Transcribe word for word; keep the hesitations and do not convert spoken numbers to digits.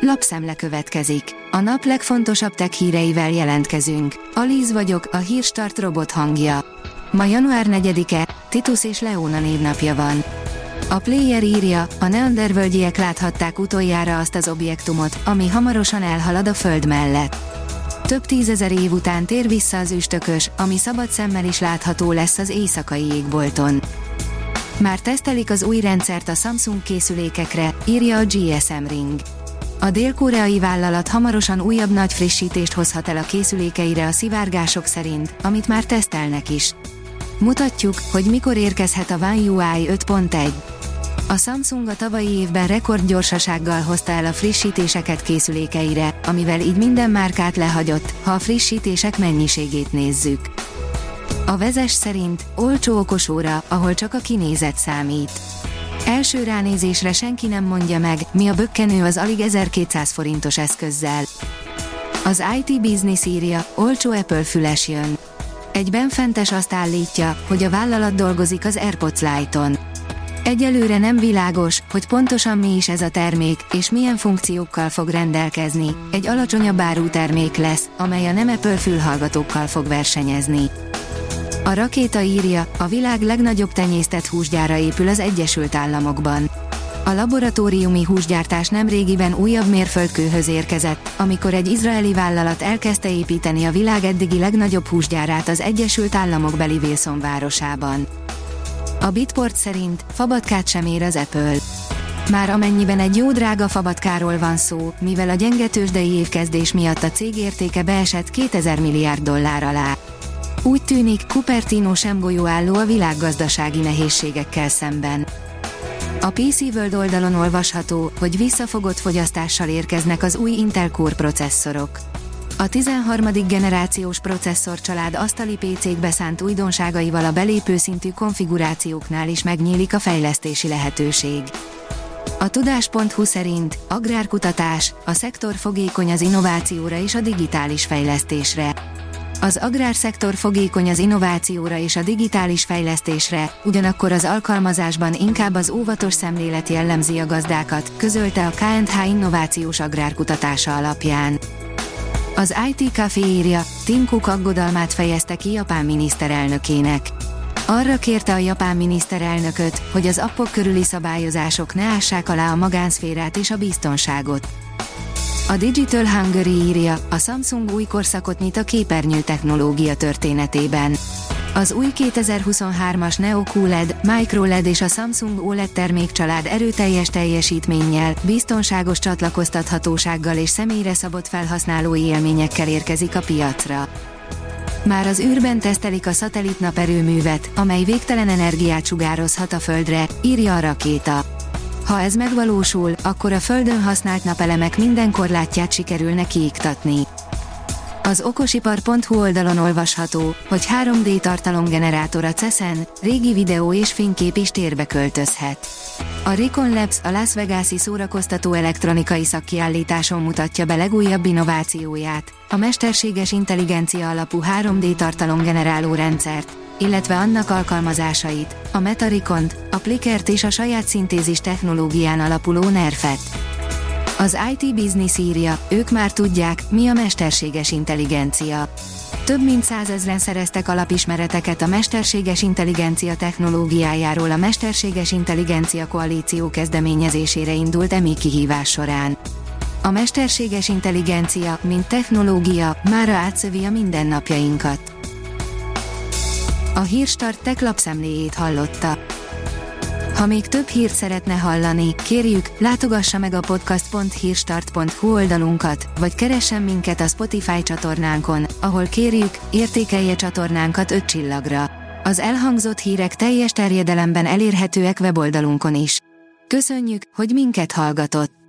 Lapszemle következik. A nap legfontosabb tech híreivel jelentkezünk. Alíz vagyok, a Hírstart robot hangja. Ma január negyedike, Titus és Leóna névnapja van. A Player írja, a neandervölgyiek láthatták utoljára azt az objektumot, ami hamarosan elhalad a Föld mellett. Több tízezer év után tér vissza az üstökös, ami szabad szemmel is látható lesz az éjszakai égbolton. Már tesztelik az új rendszert a Samsung készülékekre, írja a gé es em Ring. A dél-koreai vállalat hamarosan újabb nagy frissítést hozhat el a készülékeire a szivárgások szerint, amit már tesztelnek is. Mutatjuk, hogy mikor érkezhet a One u i öt pont egy. A Samsung a tavalyi évben rekordgyorsasággal hozta el a frissítéseket készülékeire, amivel így minden márkát lehagyott, ha a frissítések mennyiségét nézzük. A Vezes szerint olcsó okosóra, ahol csak a kinézet számít. Első ránézésre senki nem mondja meg, mi a bökkenő az alig ezerkétszáz forintos eszközzel. Az i té Business írja, olcsó Apple füles jön. Egy benfentes azt állítja, hogy a vállalat dolgozik az AirPods Lite-on. Egyelőre nem világos, hogy pontosan mi is ez a termék, és milyen funkciókkal fog rendelkezni. Egy alacsonyabb árú termék lesz, amely a nem Apple fülhallgatókkal fog versenyezni. A Rakéta írja, a világ legnagyobb tenyésztett húsgyára épül az Egyesült Államokban. A laboratóriumi húsgyártás nemrégiben újabb mérföldkőhöz érkezett, amikor egy izraeli vállalat elkezdte építeni a világ eddigi legnagyobb húsgyárát az Egyesült Államok beli Wilson városában. A Bitport szerint fabatkát sem ér az Apple. Már amennyiben egy jó drága fabatkáról van szó, mivel a gyenge tőzsdei évkezdés miatt a cég értéke beesett kétezer milliárd dollár alá. Úgy tűnik, Cupertino sem golyóálló a világgazdasági nehézségekkel szemben. A pé cé World oldalon olvasható, hogy visszafogott fogyasztással érkeznek az új Intel Core processzorok. A tizenharmadik generációs processzorcsalád asztali pé cékbe szánt újdonságaival a belépő szintű konfigurációknál is megnyílik a fejlesztési lehetőség. A tudás pont hu szerint agrárkutatás, a szektor fogékony az innovációra és a digitális fejlesztésre. Az agrárszektor fogékony az innovációra és a digitális fejlesztésre, ugyanakkor az alkalmazásban inkább az óvatos szemlélet jellemzi a gazdákat, közölte a ká és há innovációs agrárkutatása alapján. Az i té Café írja, Tim Cook aggodalmát fejezte ki Japán miniszterelnökének. Arra kérte a japán miniszterelnököt, hogy az appok körüli szabályozások ne ássák alá a magánszférát és a biztonságot. A Digital Hungary írja, a Samsung új korszakot nyit a képernyő technológia történetében. Az új kétezer-huszonhármas Neo kú el é dé, Micro el é dé és a Samsung o el é dé termékcsalád erőteljes teljesítménnyel, biztonságos csatlakoztathatósággal és személyre szabott felhasználói élményekkel érkezik a piacra. Már az űrben tesztelik a szatellit naperőművet, amely végtelen energiát sugározhat a Földre, írja a Rakéta. Ha ez megvalósul, akkor a Földön használt napelemek minden korlátját sikerülne kiiktatni. Az okosipar pont hu oldalon olvasható, hogy három dé tartalomgenerátor a ceszen, régi videó és fénykép is térbe költözhet. A Recon Labs a Las Vegas-i szórakoztató elektronikai szakkiállításon mutatja be legújabb innovációját, a mesterséges intelligencia alapú három dé tartalomgeneráló rendszert, illetve annak alkalmazásait, a Metaricont, a Plickert és a saját szintézis technológián alapuló nerfet. Az i té Business írja, ők már tudják, mi a mesterséges intelligencia. Több mint százezren szereztek alapismereteket a mesterséges intelligencia technológiájáról a Mesterséges Intelligencia Koalíció kezdeményezésére indult EMI kihívás során. A mesterséges intelligencia, mint technológia, mára átszövi a mindennapjainkat. A Hírstart Tech lapszemléjét hallotta. Ha még több hírt szeretne hallani, kérjük, látogassa meg a podcast pont hírstart pont hu oldalunkat, vagy keressen minket a Spotify csatornánkon, ahol kérjük, értékelje csatornánkat öt csillagra. Az elhangzott hírek teljes terjedelemben elérhetőek weboldalunkon is. Köszönjük, hogy minket hallgatott!